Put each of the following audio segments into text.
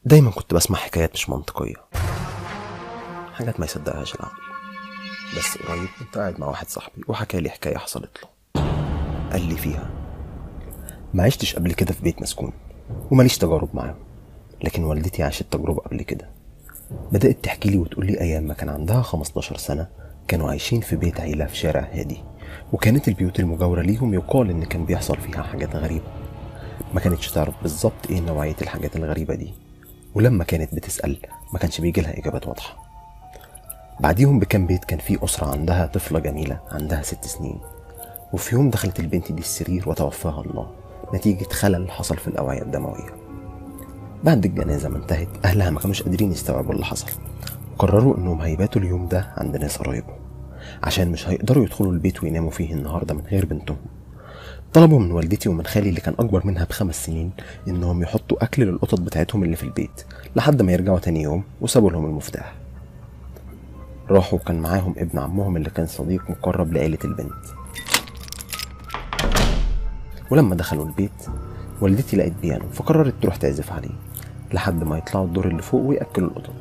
دايما كنت بسمع حكايات مش منطقية، حاجات ما يصدقهاش العقل. بس قريب كنت قاعد مع واحد صاحبي وحكى لي حكاية حصلت له. قال لي فيها: ما عشتش قبل كده في بيت مسكون وماليش تجارب معاه، لكن والدتي عاشت تجربة قبل كده. بدأت تحكي لي وتقول لي أيام ما كان عندها 15 سنة كانوا عايشين في بيت عيلة في شارع هادي، وكانت البيوت المجاورة ليهم يقال إن كان بيحصل فيها حاجات غريبة. ما كانتش تعرف بالظبط إيه نوعية الحاجات الغريبة دي، ولما كانت بتسأل ما كانش بيجي لها إجابات واضحة. بعديهم بكام بيت كان في أسرة عندها طفلة جميلة عندها 6 سنين، وفي يوم دخلت البنت دي السرير وتوفاها الله نتيجة خلل حصل في الأوعية الدموية. بعد الجنازة ما انتهت أهلها ما كانوش قادرين يستوعبوا اللي حصل، وقرروا إنهم هيباتوا اليوم ده عند ناس قرايبهم عشان مش هيقدروا يدخلوا البيت ويناموا فيه النهاردة من غير بنتهم. طلبوا من والدتي ومن خالي اللي كان أكبر منها ب5 سنين إنهم يحطوا أكل للقطط بتاعتهم اللي في البيت لحد ما يرجعوا تاني يوم، وسابوا لهم المفتاح. راحوا وكان معاهم ابن عمهم اللي كان صديق مقرب لعيلة البنت. ولما دخلوا البيت والدتي لقت بيانو فقررت تروح تعزف عليه لحد ما يطلعوا الدور اللي فوق ويأكلوا القطط.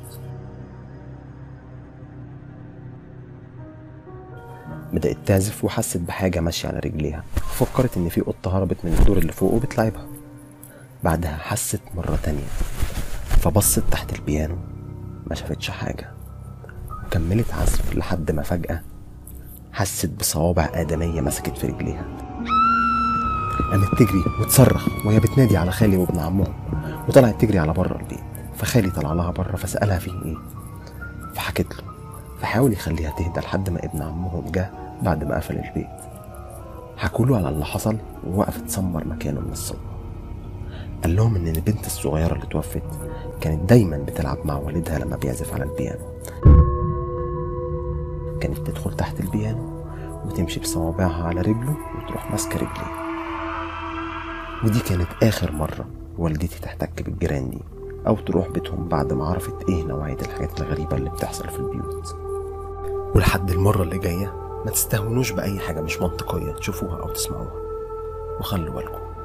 بدأت تعزف وحست بحاجة ماشية على رجليها، فكرت إن في قطة هربت من الدور اللي فوق وبتلعبها. بعدها حست مرة تانية فبصت تحت البيانو ما شافتش حاجة، وكملت عزف لحد ما فجأة حست بصوابع آدمية مسكت في رجليها. قامت تجري وتصرخ وهي بتنادي على خالي وابن عمهم، وطلعت تجري على بره البيت. فخالي طلع لها بره فسألها فيه ايه، فحكت له، فحاول يخليها تهدى لحد ما ابن عمهم جه بعد ما قفل البيت. حكوا له على اللي حصل ووقف اتسمر مكانه من الصدمة. قال لهم ان البنت الصغيرة اللي توفت كانت دايما بتلعب مع والدها لما بيعزف على البيانو. كانت تدخل تحت البيانو وتمشي بصوابعها على رجله وتروح ماسكة رجليه. ودي كانت آخر مرة والدتي تحتك بالجيران دي أو تروح بيتهم بعد ما عرفت إيه نوعية الحاجات الغريبة اللي بتحصل في البيوت. ولحد المرة اللي جاية ما تستهونوش بأي حاجة مش منطقية تشوفوها أو تسمعوها، وخلوا بالكم.